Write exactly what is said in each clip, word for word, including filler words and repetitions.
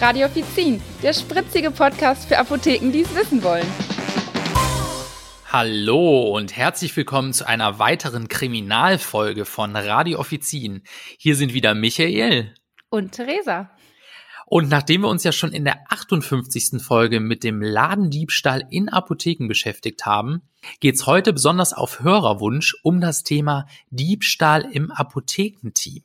Radio Offizin, der spritzige Podcast für Apotheken, die es wissen wollen. Hallo und herzlich willkommen zu einer weiteren Kriminalfolge von Radio Offizin. Hier sind wieder Michael und Theresa. Und nachdem wir uns ja schon in der achtundfünfzigsten Folge mit dem Ladendiebstahl in Apotheken beschäftigt haben, geht's heute besonders auf Hörerwunsch um das Thema Diebstahl im Apothekenteam.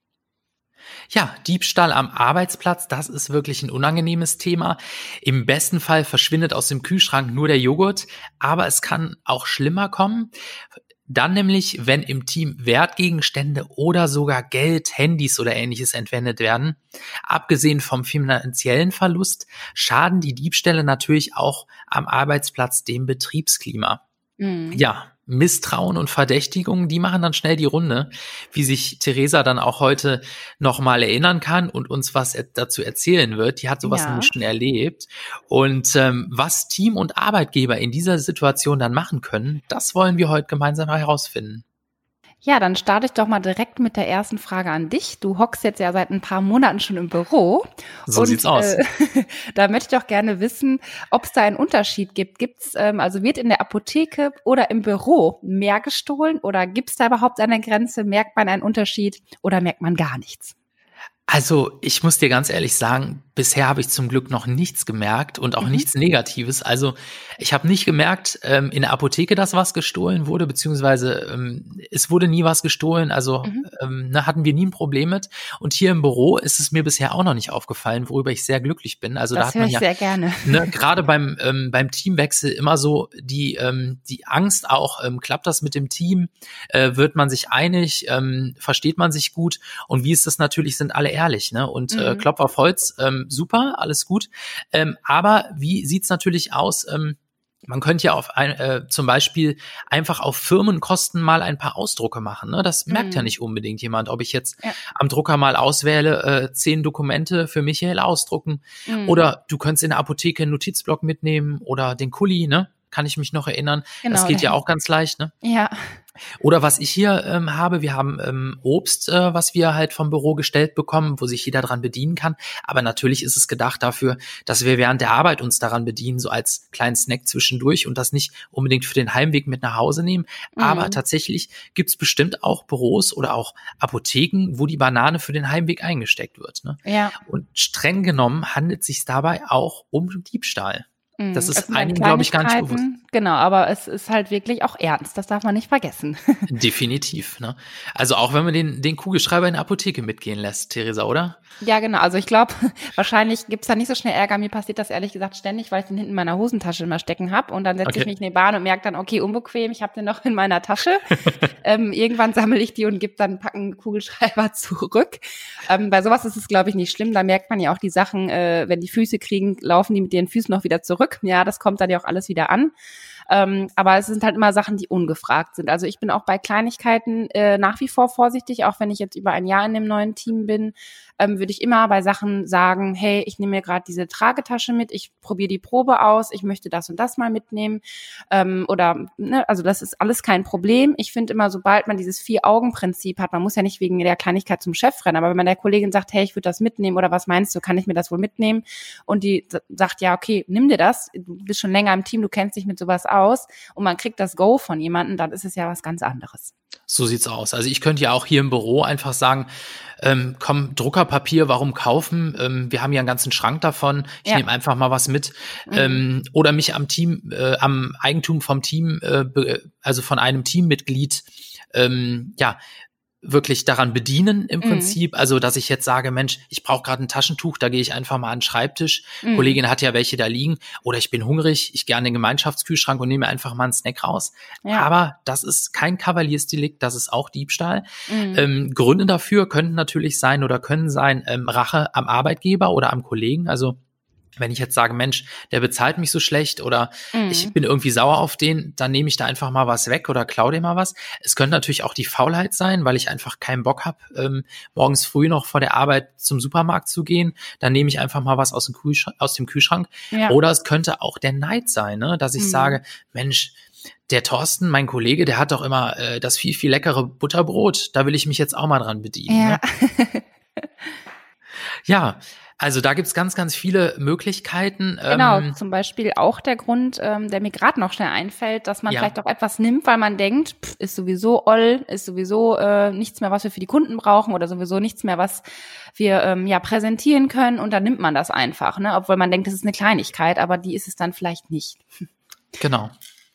Ja, Diebstahl am Arbeitsplatz, das ist wirklich ein unangenehmes Thema. Im besten Fall verschwindet aus dem Kühlschrank nur der Joghurt, aber es kann auch schlimmer kommen. Dann nämlich, wenn im Team Wertgegenstände oder sogar Geld, Handys oder Ähnliches entwendet werden. Abgesehen vom finanziellen Verlust schaden die Diebstähle natürlich auch am Arbeitsplatz dem Betriebsklima. Mhm. Ja, Misstrauen und Verdächtigungen, die machen dann schnell die Runde, wie sich Theresa dann auch heute nochmal erinnern kann und uns was dazu erzählen wird. Die hat sowas ja. nämlich schon erlebt. Und ähm, was Team und Arbeitgeber in dieser Situation dann machen können, das wollen wir heute gemeinsam herausfinden. Ja, dann starte ich doch mal direkt mit der ersten Frage an dich. Du hockst jetzt ja seit ein paar Monaten schon im Büro. So und, sieht's aus. Äh, da möchte ich doch gerne wissen, ob es da einen Unterschied gibt. Gibt's, ähm, also wird in der Apotheke oder im Büro mehr gestohlen oder gibt es da überhaupt eine Grenze? Merkt man einen Unterschied oder merkt man gar nichts? Also ich muss dir ganz ehrlich sagen, bisher habe ich zum Glück noch nichts gemerkt und auch mhm. nichts Negatives. Also ich habe nicht gemerkt ähm, in der Apotheke, dass was gestohlen wurde, beziehungsweise ähm, es wurde nie was gestohlen. Also mhm. ähm, ne, hatten wir nie ein Problem mit. Und hier im Büro ist es mir bisher auch noch nicht aufgefallen, worüber ich sehr glücklich bin. Also das da hat man ich ja sehr gerne. Ne, gerade beim ähm, beim Teamwechsel immer so die ähm, die Angst auch, ähm, klappt das mit dem Team, äh, wird man sich einig, ähm, versteht man sich gut und wie ist das natürlich, sind alle ehrlich, ne? Und äh, mhm. Klopf auf Holz, ähm, super, alles gut. Ähm, aber wie sieht's natürlich aus? Ähm, man könnte ja auf ein, äh, zum Beispiel einfach auf Firmenkosten mal ein paar Ausdrucke machen. Ne? Das merkt mhm. ja nicht unbedingt jemand, ob ich jetzt ja. am Drucker mal auswähle, äh, zehn Dokumente für Michael ausdrucken. Mhm. Oder du könntest in der Apotheke einen Notizblock mitnehmen oder den Kuli, ne? Kann ich mich noch erinnern. Genau, das geht ja auch ganz leicht, ne? Ja. Oder was ich hier ähm, habe, wir haben ähm, Obst, äh, was wir halt vom Büro gestellt bekommen, wo sich jeder dran bedienen kann. Aber natürlich ist es gedacht dafür, dass wir während der Arbeit uns daran bedienen, so als kleinen Snack zwischendurch und das nicht unbedingt für den Heimweg mit nach Hause nehmen. Mhm. Aber tatsächlich gibt's bestimmt auch Büros oder auch Apotheken, wo die Banane für den Heimweg eingesteckt wird. Ne? Ja. Und streng genommen handelt es sich dabei auch um Diebstahl. Das ist also einigen, glaube ich, gar nicht bewusst. Genau, aber es ist halt wirklich auch ernst. Das darf man nicht vergessen. Definitiv, ne? Also auch wenn man den, den Kugelschreiber in der Apotheke mitgehen lässt, Theresa, oder? Ja, genau. Also ich glaube, wahrscheinlich gibt's da nicht so schnell Ärger. Mir passiert das ehrlich gesagt ständig, weil ich den hinten in meiner Hosentasche immer stecken habe. Und dann setze okay. ich mich in die Bahn und merke dann, okay, unbequem, ich habe den noch in meiner Tasche. ähm, irgendwann sammle ich die und gebe dann packen Kugelschreiber zurück. Ähm, bei sowas ist es, glaube ich, nicht schlimm. Da merkt man ja auch die Sachen, äh, wenn die Füße kriegen, laufen die mit den Füßen noch wieder zurück. Ja, das kommt dann ja auch alles wieder an. Ähm, aber es sind halt immer Sachen, die ungefragt sind. Also ich bin auch bei Kleinigkeiten äh, nach wie vor vorsichtig, auch wenn ich jetzt über ein Jahr in dem neuen Team bin, ähm, würde ich immer bei Sachen sagen, hey, ich nehme mir gerade diese Tragetasche mit, ich probiere die Probe aus, ich möchte das und das mal mitnehmen. Ähm, oder, ne, also das ist alles kein Problem. Ich finde immer, sobald man dieses Vier-Augen-Prinzip hat, man muss ja nicht wegen der Kleinigkeit zum Chef rennen, aber wenn man der Kollegin sagt, hey, ich würde das mitnehmen oder was meinst du, kann ich mir das wohl mitnehmen? Und die sagt, ja, okay, nimm dir das, du bist schon länger im Team, du kennst dich mit sowas aus und man kriegt das Go von jemandem, dann ist es ja was ganz anderes. So sieht's aus. Also ich könnte ja auch hier im Büro einfach sagen, ähm, komm, Druckerpapier, warum kaufen? Ähm, wir haben ja einen ganzen Schrank davon. Ich ja. nehme einfach mal was mit. Mhm. Ähm, oder mich am Team, äh, am Eigentum vom Team, äh, be- also von einem Teammitglied, ähm, ja, wirklich daran bedienen im mhm. Prinzip, also dass ich jetzt sage, Mensch, ich brauche gerade ein Taschentuch, da gehe ich einfach mal an den Schreibtisch, mhm. Kollegin hat ja welche da liegen, oder ich bin hungrig, ich gehe an den Gemeinschaftskühlschrank und nehme einfach mal einen Snack raus. Ja. Aber das ist kein Kavaliersdelikt, das ist auch Diebstahl. Mhm. Ähm, Gründe dafür könnten natürlich sein oder können sein ähm, Rache am Arbeitgeber oder am Kollegen, also wenn ich jetzt sage, Mensch, der bezahlt mich so schlecht oder mm. ich bin irgendwie sauer auf den, dann nehme ich da einfach mal was weg oder klaue dem mal was. Es könnte natürlich auch die Faulheit sein, weil ich einfach keinen Bock habe, ähm, morgens früh noch vor der Arbeit zum Supermarkt zu gehen. Dann nehme ich einfach mal was aus dem, Kühlsch- aus dem Kühlschrank. Ja. Oder es könnte auch der Neid sein, ne? Dass ich mm. sage, Mensch, der Thorsten, mein Kollege, der hat doch immer äh, das viel, viel leckere Butterbrot. Da will ich mich jetzt auch mal dran bedienen. Ja. Ne? Ja, Also da gibt's ganz, ganz viele Möglichkeiten. Genau, Ähm, zum Beispiel auch der Grund, ähm, der mir gerade noch schnell einfällt, dass man ja. vielleicht auch etwas nimmt, weil man denkt, pff, ist sowieso oll, ist sowieso äh, nichts mehr, was wir für die Kunden brauchen oder sowieso nichts mehr, was wir ähm, ja präsentieren können, und dann nimmt man das einfach, ne? Obwohl man denkt, das ist eine Kleinigkeit, aber die ist es dann vielleicht nicht. Genau.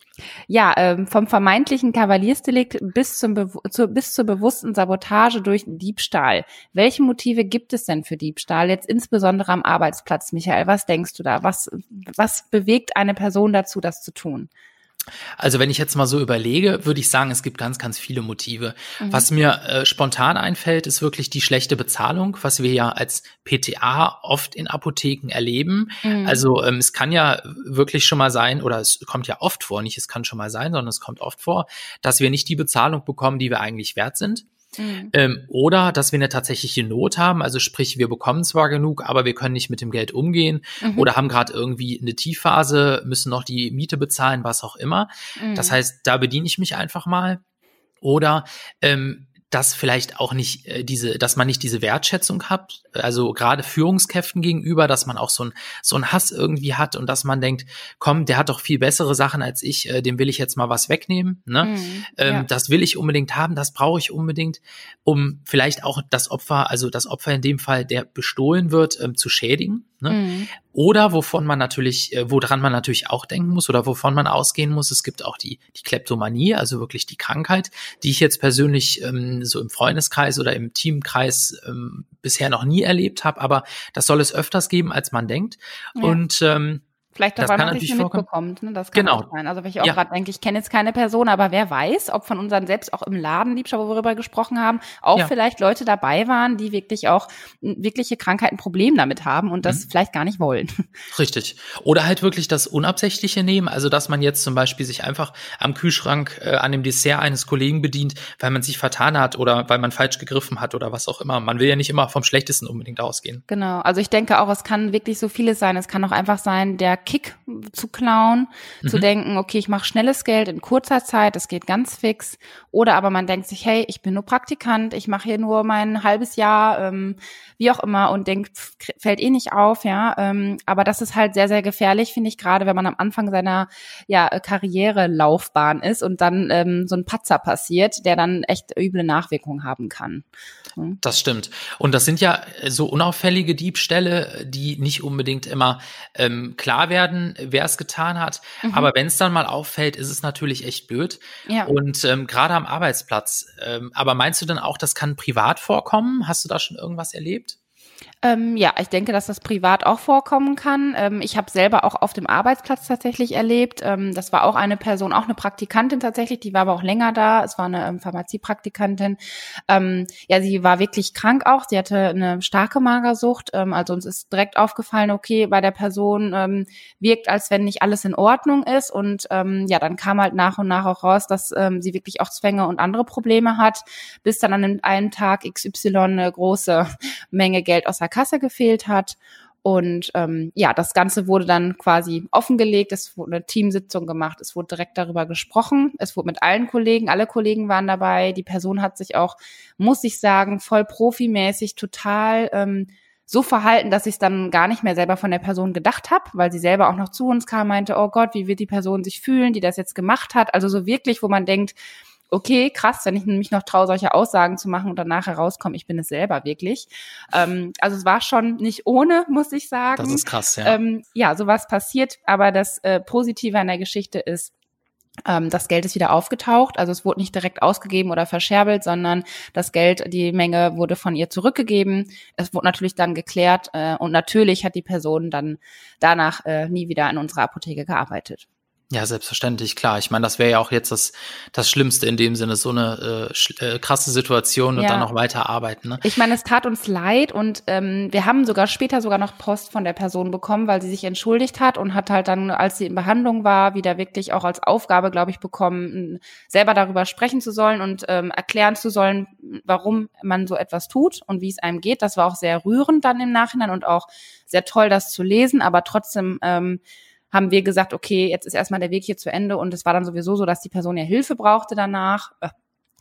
Ja, ähm, vom vermeintlichen Kavaliersdelikt bis zum Bewu- zu, bis zur bewussten Sabotage durch Diebstahl. Welche Motive gibt es denn für Diebstahl, jetzt insbesondere am Arbeitsplatz, Michael? Was denkst du da? Was, was bewegt eine Person dazu, das zu tun? Also wenn ich jetzt mal so überlege, würde ich sagen, es gibt ganz, ganz viele Motive. Mhm. Was mir äh, spontan einfällt, ist wirklich die schlechte Bezahlung, was wir ja als P T A oft in Apotheken erleben. Mhm. Also ähm, es kann ja wirklich schon mal sein, oder es kommt ja oft vor, nicht es kann schon mal sein, sondern es kommt oft vor, dass wir nicht die Bezahlung bekommen, die wir eigentlich wert sind. Mhm. Ähm, oder dass wir eine tatsächliche Not haben, also sprich, wir bekommen zwar genug, aber wir können nicht mit dem Geld umgehen, mhm. oder haben gerade irgendwie eine Tiefphase, müssen noch die Miete bezahlen, was auch immer. Mhm. Das heißt, da bediene ich mich einfach mal. Oder ähm, dass vielleicht auch nicht äh, diese, dass man nicht diese Wertschätzung hat, also gerade Führungskräften gegenüber, dass man auch so ein so ein Hass irgendwie hat und dass man denkt, komm, der hat doch viel bessere Sachen als ich, äh, dem will ich jetzt mal was wegnehmen, ne? Mhm, ähm, ja. Das will ich unbedingt haben, das brauche ich unbedingt, um vielleicht auch das Opfer, also das Opfer in dem Fall, der bestohlen wird, ähm, zu schädigen, ne? Mhm. Oder wovon man natürlich, äh, woran man natürlich auch denken muss oder wovon man ausgehen muss, es gibt auch die die Kleptomanie, also wirklich die Krankheit, die ich jetzt persönlich ähm, so im Freundeskreis oder im Teamkreis ähm, bisher noch nie erlebt habe, aber das soll es öfters geben, als man denkt. Ja. Und ähm, vielleicht auch, das weil kann man es nicht mitbekommt, ne? Das kann genau. auch sein. Also wenn ich auch ja. gerade denke, ich kenne jetzt keine Person, aber wer weiß, ob von unseren selbst auch im Ladendiebstahl, wo wir darüber gesprochen haben, auch ja. vielleicht Leute dabei waren, die wirklich auch wirkliche Krankheiten, Probleme damit haben und das mhm. vielleicht gar nicht wollen. Richtig. Oder halt wirklich das Unabsichtliche nehmen, also dass man jetzt zum Beispiel sich einfach am Kühlschrank äh, an dem Dessert eines Kollegen bedient, weil man sich vertan hat oder weil man falsch gegriffen hat oder was auch immer. Man will ja nicht immer vom Schlechtesten unbedingt ausgehen. Genau. Also ich denke auch, es kann wirklich so vieles sein. Es kann auch einfach sein, der Kick zu klauen, mhm. zu denken, okay, ich mache schnelles Geld in kurzer Zeit, das geht ganz fix. Oder aber man denkt sich, hey, ich bin nur Praktikant, ich mache hier nur mein halbes Jahr, ähm, wie auch immer, und denkt, pff, fällt eh nicht auf, ja. Ähm, aber das ist halt sehr, sehr gefährlich, finde ich, gerade wenn man am Anfang seiner ja, Karrierelaufbahn ist und dann ähm, so ein Patzer passiert, der dann echt üble Nachwirkungen haben kann. Mhm. Das stimmt. Und das sind ja so unauffällige Diebstähle, die nicht unbedingt immer ähm, klar werden, wer es getan hat. Mhm. Aber wenn es dann mal auffällt, ist es natürlich echt blöd. Ja. Und ähm, gerade am Arbeitsplatz. Ähm, aber meinst du denn auch, das kann privat vorkommen? Hast du da schon irgendwas erlebt? Ähm, ja, ich denke, dass das privat auch vorkommen kann. Ähm, ich habe selber auch auf dem Arbeitsplatz tatsächlich erlebt. Ähm, das war auch eine Person, auch eine Praktikantin tatsächlich, die war aber auch länger da. Es war eine ähm, Pharmaziepraktikantin. Ähm, ja, sie war wirklich krank auch. Sie hatte eine starke Magersucht. Ähm, also uns ist direkt aufgefallen, okay, bei der Person ähm, wirkt, als wenn nicht alles in Ordnung ist. Und ähm, ja, dann kam halt nach und nach auch raus, dass ähm, sie wirklich auch Zwänge und andere Probleme hat, bis dann an einem Tag X Y eine große Menge Geld aus der Kasse gefehlt hat. Und ähm, ja, das Ganze wurde dann quasi offengelegt, es wurde eine Teamsitzung gemacht, es wurde direkt darüber gesprochen, es wurde mit allen Kollegen, alle Kollegen waren dabei, die Person hat sich auch, muss ich sagen, voll profimäßig total ähm, so verhalten, dass ich es dann gar nicht mehr selber von der Person gedacht habe, weil sie selber auch noch zu uns kam, meinte, oh Gott, wie wird die Person sich fühlen, die das jetzt gemacht hat, also so wirklich, wo man denkt, okay, krass, wenn ich mich noch traue, solche Aussagen zu machen und danach herauskomme, ich bin es selber wirklich. Ähm, also es war schon nicht ohne, muss ich sagen. Das ist krass, ja. Ähm, ja, sowas passiert, aber das äh, Positive an der Geschichte ist, ähm, das Geld ist wieder aufgetaucht. Also es wurde nicht direkt ausgegeben oder verscherbelt, sondern das Geld, die Menge wurde von ihr zurückgegeben. Es wurde natürlich dann geklärt äh, und natürlich hat die Person dann danach äh, nie wieder in unserer Apotheke gearbeitet. Ja, selbstverständlich, klar. Ich meine, das wäre ja auch jetzt das das Schlimmste in dem Sinne, so eine äh, krasse Situation und ja. dann noch weiter arbeiten. Ne? Ich meine, es tat uns leid und ähm, wir haben sogar später sogar noch Post von der Person bekommen, weil sie sich entschuldigt hat und hat halt dann, als sie in Behandlung war, wieder wirklich auch als Aufgabe, glaube ich, bekommen, selber darüber sprechen zu sollen und ähm, erklären zu sollen, warum man so etwas tut und wie es einem geht. Das war auch sehr rührend dann im Nachhinein und auch sehr toll, das zu lesen, aber trotzdem ähm, haben wir gesagt, okay, jetzt ist erstmal der Weg hier zu Ende und es war dann sowieso so, dass die Person ja Hilfe brauchte danach.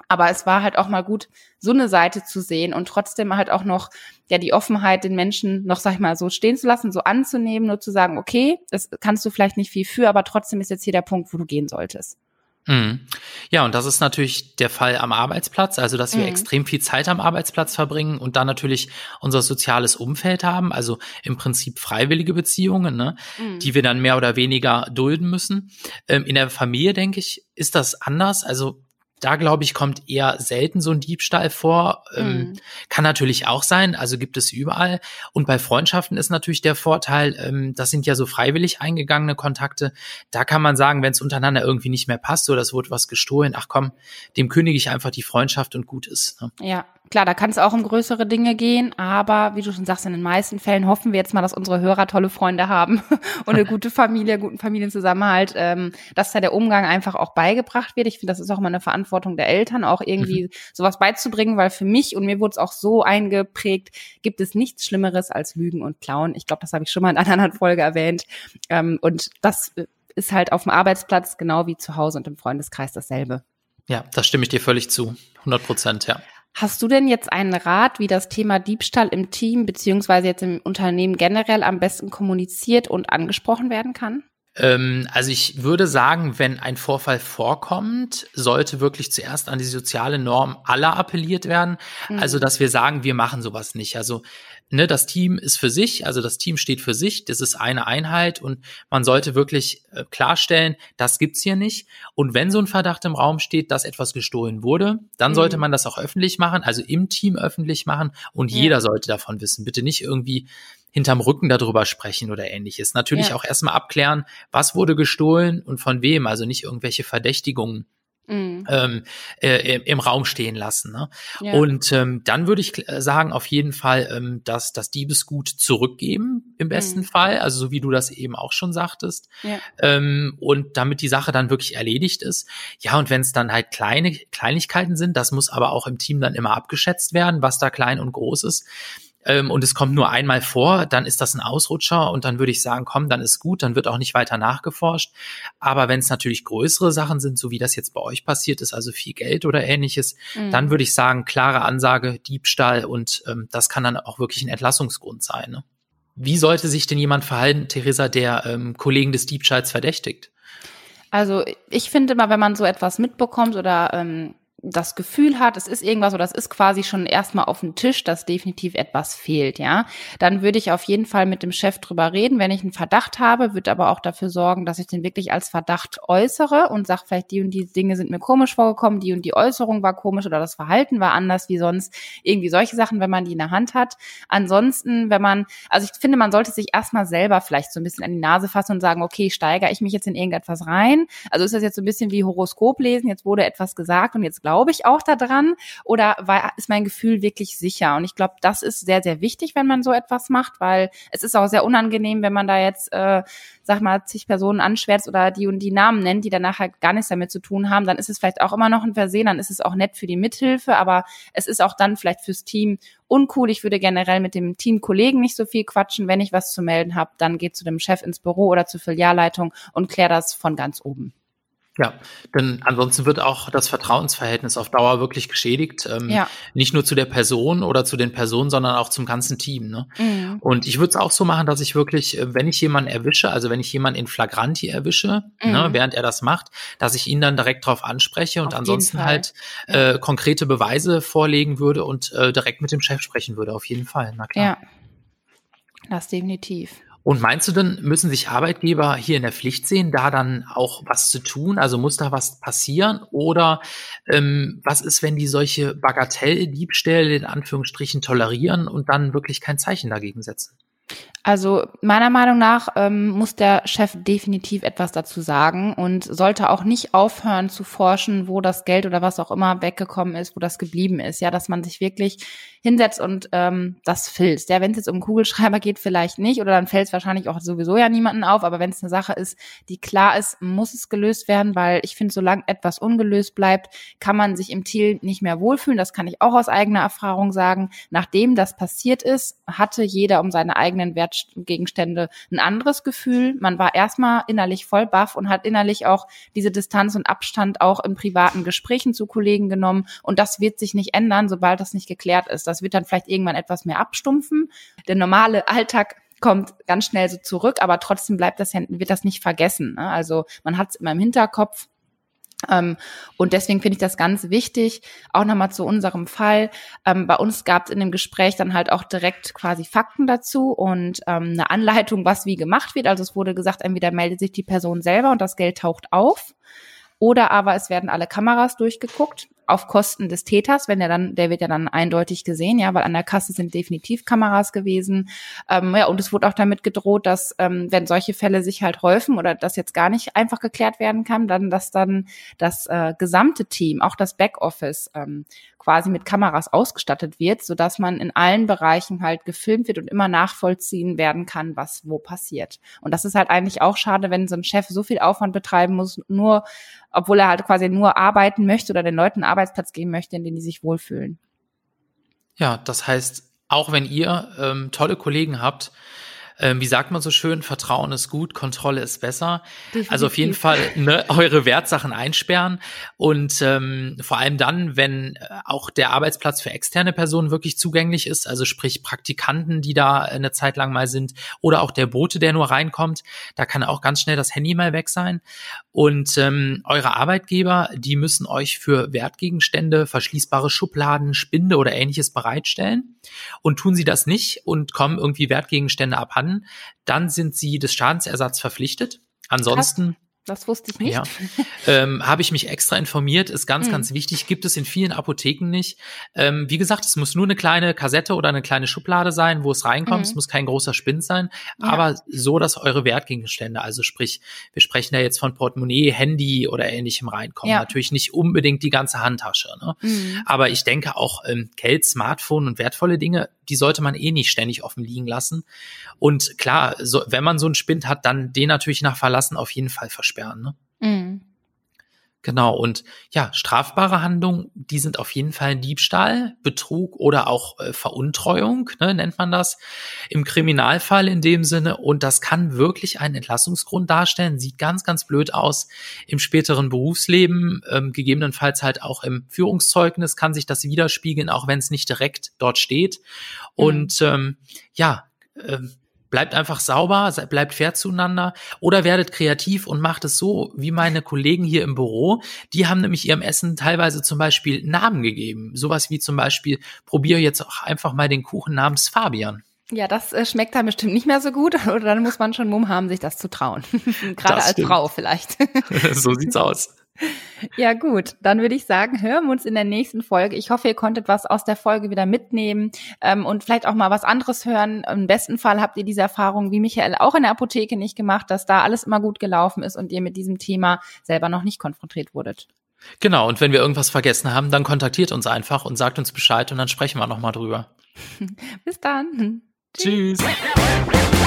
Aber es war halt auch mal gut, so eine Seite zu sehen und trotzdem halt auch noch ja die Offenheit, den Menschen noch, sag ich mal, so stehen zu lassen, so anzunehmen, nur zu sagen, okay, das kannst du vielleicht nicht viel für, aber trotzdem ist jetzt hier der Punkt, wo du gehen solltest. Mhm. Ja, und das ist natürlich der Fall am Arbeitsplatz, also dass wir Mhm. extrem viel Zeit am Arbeitsplatz verbringen und dann natürlich unser soziales Umfeld haben, also im Prinzip freiwillige Beziehungen, ne, Mhm. die wir dann mehr oder weniger dulden müssen. Ähm, in der Familie, denke ich, ist das anders. Also da, glaube ich, kommt eher selten so ein Diebstahl vor. Ähm, Mhm. kann natürlich auch sein, also gibt es überall. Und bei Freundschaften ist natürlich der Vorteil, ähm, das sind ja so freiwillig eingegangene Kontakte. Da kann man sagen, wenn es untereinander irgendwie nicht mehr passt oder es wurde was gestohlen, ach komm, dem kündige ich einfach die Freundschaft und gut ist. Ne? Ja, klar, da kann es auch um größere Dinge gehen, aber wie du schon sagst, in den meisten Fällen hoffen wir jetzt mal, dass unsere Hörer tolle Freunde haben und eine gute Familie, guten Familienzusammenhalt, ähm, dass da der Umgang einfach auch beigebracht wird. Ich finde, das ist auch mal eine Verantwortung der Eltern, auch irgendwie mhm. sowas beizubringen, weil für mich, und mir wurde es auch so eingeprägt, gibt es nichts Schlimmeres als Lügen und Klauen. Ich glaube, das habe ich schon mal in einer anderen Folge erwähnt. Ähm, und das ist halt auf dem Arbeitsplatz genau wie zu Hause und im Freundeskreis dasselbe. Ja, da stimme ich dir völlig zu. hundert Prozent, ja. Hast du denn jetzt einen Rat, wie das Thema Diebstahl im Team beziehungsweise jetzt im Unternehmen generell am besten kommuniziert und angesprochen werden kann? Ähm, also ich würde sagen, wenn ein Vorfall vorkommt, sollte wirklich zuerst an die soziale Norm aller appelliert werden. Mhm. Also dass wir sagen, wir machen sowas nicht. Also ne, das Team ist für sich, also das Team steht für sich, das ist eine Einheit und man sollte wirklich äh, klarstellen, das gibt's hier nicht. Und wenn so ein Verdacht im Raum steht, dass etwas gestohlen wurde, dann mhm. sollte man das auch öffentlich machen, also im Team öffentlich machen und ja. jeder sollte davon wissen. Bitte nicht irgendwie hinterm Rücken darüber sprechen oder ähnliches. Natürlich ja. auch erstmal abklären, was wurde gestohlen und von wem, also nicht irgendwelche Verdächtigungen Mhm. Ähm, äh, im Raum stehen lassen. Ne? Ja. Und ähm, dann würde ich sagen, auf jeden Fall ähm, dass das Diebesgut zurückgeben, im besten mhm. Fall, also so wie du das eben auch schon sagtest. Ja. Ähm, und damit die Sache dann wirklich erledigt ist. Ja, und wenn es dann halt kleine Kleinigkeiten sind, das muss aber auch im Team dann immer abgeschätzt werden, was da klein und groß ist. Und es kommt nur einmal vor, dann ist das ein Ausrutscher und dann würde ich sagen, komm, dann ist gut, dann wird auch nicht weiter nachgeforscht. Aber wenn es natürlich größere Sachen sind, so wie das jetzt bei euch passiert ist, also viel Geld oder ähnliches, mhm. dann würde ich sagen, klare Ansage, Diebstahl und ähm, das kann dann auch wirklich ein Entlassungsgrund sein. Ne? Wie sollte sich denn jemand verhalten, Theresa, der ähm, Kollegen des Diebstahls verdächtigt? Also ich finde mal, wenn man so etwas mitbekommt oder ähm das Gefühl hat, es ist irgendwas oder es ist quasi schon erstmal auf dem Tisch, dass definitiv etwas fehlt, ja, dann würde ich auf jeden Fall mit dem Chef drüber reden, wenn ich einen Verdacht habe, würde aber auch dafür sorgen, dass ich den wirklich als Verdacht äußere und sage vielleicht, die und die Dinge sind mir komisch vorgekommen, die und die Äußerung war komisch oder das Verhalten war anders wie sonst, irgendwie solche Sachen, wenn man die in der Hand hat. Ansonsten, wenn man, also ich finde, man sollte sich erstmal selber vielleicht so ein bisschen an die Nase fassen und sagen, okay, steigere ich mich jetzt in irgendetwas rein? Also ist das jetzt so ein bisschen wie Horoskop lesen, jetzt wurde etwas gesagt und jetzt glaube ich auch daran oder war, ist mein Gefühl wirklich sicher? Und ich glaube, das ist sehr, sehr wichtig, wenn man so etwas macht, weil es ist auch sehr unangenehm, wenn man da jetzt, äh, sag mal, zig Personen anschwärzt oder die und die Namen nennt, die danach halt gar nichts damit zu tun haben, dann ist es vielleicht auch immer noch ein Versehen, dann ist es auch nett für die Mithilfe, aber es ist auch dann vielleicht fürs Team uncool. Ich würde generell mit dem Teamkollegen nicht so viel quatschen. Wenn ich was zu melden habe, dann geht zu dem Chef ins Büro oder zur Filialleitung und klär das von ganz oben. Ja, denn ansonsten wird auch das Vertrauensverhältnis auf Dauer wirklich geschädigt. Ähm, ja. Nicht nur zu der Person oder zu den Personen, sondern auch zum ganzen Team. Ne? Mhm. Und ich würde es auch so machen, dass ich wirklich, wenn ich jemanden erwische, also wenn ich jemanden in Flagranti erwische, mhm. ne, während er das macht, dass ich ihn dann direkt darauf anspreche und auf ansonsten halt ja. äh, konkrete Beweise vorlegen würde und äh, direkt mit dem Chef sprechen würde. Auf jeden Fall, na klar. Ja, das definitiv. Und meinst du denn, müssen sich Arbeitgeber hier in der Pflicht sehen, da dann auch was zu tun? Also muss da was passieren? Oder ähm, was ist, wenn die solche Bagatelldiebstähle in Anführungsstrichen tolerieren und dann wirklich kein Zeichen dagegen setzen? Also meiner Meinung nach ähm, muss der Chef definitiv etwas dazu sagen und sollte auch nicht aufhören zu forschen, wo das Geld oder was auch immer weggekommen ist, wo das geblieben ist. Ja, dass man sich wirklich hinsetzt und ähm, das filzt. Ja, wenn es jetzt um einen Kugelschreiber geht, vielleicht nicht oder dann fällt es wahrscheinlich auch sowieso ja niemanden auf. Aber wenn es eine Sache ist, die klar ist, muss es gelöst werden, weil ich finde, solange etwas ungelöst bleibt, kann man sich im Team nicht mehr wohlfühlen. Das kann ich auch aus eigener Erfahrung sagen. Nachdem das passiert ist, hatte jeder um seine eigenen Wertschätzungen Wertgegenstände ein anderes Gefühl. Man war erstmal innerlich voll baff und hat innerlich auch diese Distanz und Abstand auch in privaten Gesprächen zu Kollegen genommen. Und das wird sich nicht ändern, sobald das nicht geklärt ist. Das wird dann vielleicht irgendwann etwas mehr abstumpfen. Der normale Alltag kommt ganz schnell so zurück, aber trotzdem bleibt das, wird das nicht vergessen. Ne? Also man hat es immer im Hinterkopf. Ähm, und deswegen finde ich das ganz wichtig, auch nochmal zu unserem Fall. Ähm, bei uns gab es in dem Gespräch dann halt auch direkt quasi Fakten dazu und ähm, eine Anleitung, was wie gemacht wird. Also es wurde gesagt, entweder meldet sich die Person selber und das Geld taucht auf, oder aber es werden alle Kameras durchgeguckt auf Kosten des Täters, wenn er dann, der wird ja dann eindeutig gesehen, ja, weil an der Kasse sind definitiv Kameras gewesen. Ähm, ja, und es wurde auch damit gedroht, dass, ähm, wenn solche Fälle sich halt häufen oder das jetzt gar nicht einfach geklärt werden kann, dann, dass dann das äh, gesamte Team, auch das Backoffice, ähm, quasi mit Kameras ausgestattet wird, sodass man in allen Bereichen halt gefilmt wird und immer nachvollziehen werden kann, was wo passiert. Und das ist halt eigentlich auch schade, wenn so ein Chef so viel Aufwand betreiben muss, nur, obwohl er halt quasi nur arbeiten möchte oder den Leuten einen Arbeitsplatz geben möchte, in dem die sich wohlfühlen. Ja, das heißt, auch wenn ihr ähm, tolle Kollegen habt, ähm, wie sagt man so schön, Vertrauen ist gut, Kontrolle ist besser. Definitiv. Also auf jeden Fall ne, eure Wertsachen einsperren und ähm, vor allem dann, wenn äh, auch der Arbeitsplatz für externe Personen wirklich zugänglich ist, also sprich Praktikanten, die da eine Zeit lang mal sind oder auch der Bote, der nur reinkommt, da kann auch ganz schnell das Handy mal weg sein. Und ähm, eure Arbeitgeber, die müssen euch für Wertgegenstände, verschließbare Schubladen, Spinde oder ähnliches bereitstellen. Und tun sie das nicht und kommen irgendwie Wertgegenstände abhanden, dann sind sie des Schadensersatz verpflichtet. Ansonsten Krass. Das wusste ich nicht. Ja. Ähm, habe ich mich extra informiert, ist ganz, mhm. ganz wichtig, gibt es in vielen Apotheken nicht. Ähm, wie gesagt, es muss nur eine kleine Kassette oder eine kleine Schublade sein, wo es reinkommt. Mhm. Es muss kein großer Spind sein, ja. aber so, dass eure Wertgegenstände, also sprich, wir sprechen da jetzt von Portemonnaie, Handy oder ähnlichem reinkommen. Ja. Natürlich nicht unbedingt die ganze Handtasche. Ne? Mhm. Aber ich denke auch ähm, Geld, Smartphone und wertvolle Dinge, die sollte man eh nicht ständig offen liegen lassen. Und klar, so, wenn man so einen Spind hat, dann den natürlich nach Verlassen auf jeden Fall versperren. Ne? Mhm. Genau, und ja, strafbare Handlungen, die sind auf jeden Fall Diebstahl, Betrug oder auch äh, Veruntreuung, ne, nennt man das, im Kriminalfall in dem Sinne. Und das kann wirklich einen Entlassungsgrund darstellen, sieht ganz, ganz blöd aus im späteren Berufsleben, ähm, gegebenenfalls halt auch im Führungszeugnis kann sich das widerspiegeln, auch wenn es nicht direkt dort steht. Mhm. Und ähm, ja, ähm, bleibt einfach sauber, bleibt fair zueinander oder werdet kreativ und macht es so, wie meine Kollegen hier im Büro. Die haben nämlich ihrem Essen teilweise zum Beispiel Namen gegeben. Sowas wie zum Beispiel, probiere jetzt auch einfach mal den Kuchen namens Fabian. Ja, das äh, schmeckt dann bestimmt nicht mehr so gut. Oder dann muss man schon Mumm haben, sich das zu trauen. Gerade als stimmt. Frau vielleicht. So sieht's aus. Ja gut, dann würde ich sagen, hören wir uns in der nächsten Folge. Ich hoffe, ihr konntet was aus der Folge wieder mitnehmen ähm, und vielleicht auch mal was anderes hören. Im besten Fall habt ihr diese Erfahrung wie Michael auch in der Apotheke nicht gemacht, dass da alles immer gut gelaufen ist und ihr mit diesem Thema selber noch nicht konfrontiert wurdet. Genau, und wenn wir irgendwas vergessen haben, dann kontaktiert uns einfach und sagt uns Bescheid und dann sprechen wir nochmal drüber. Bis dann. Tschüss. Tschüss.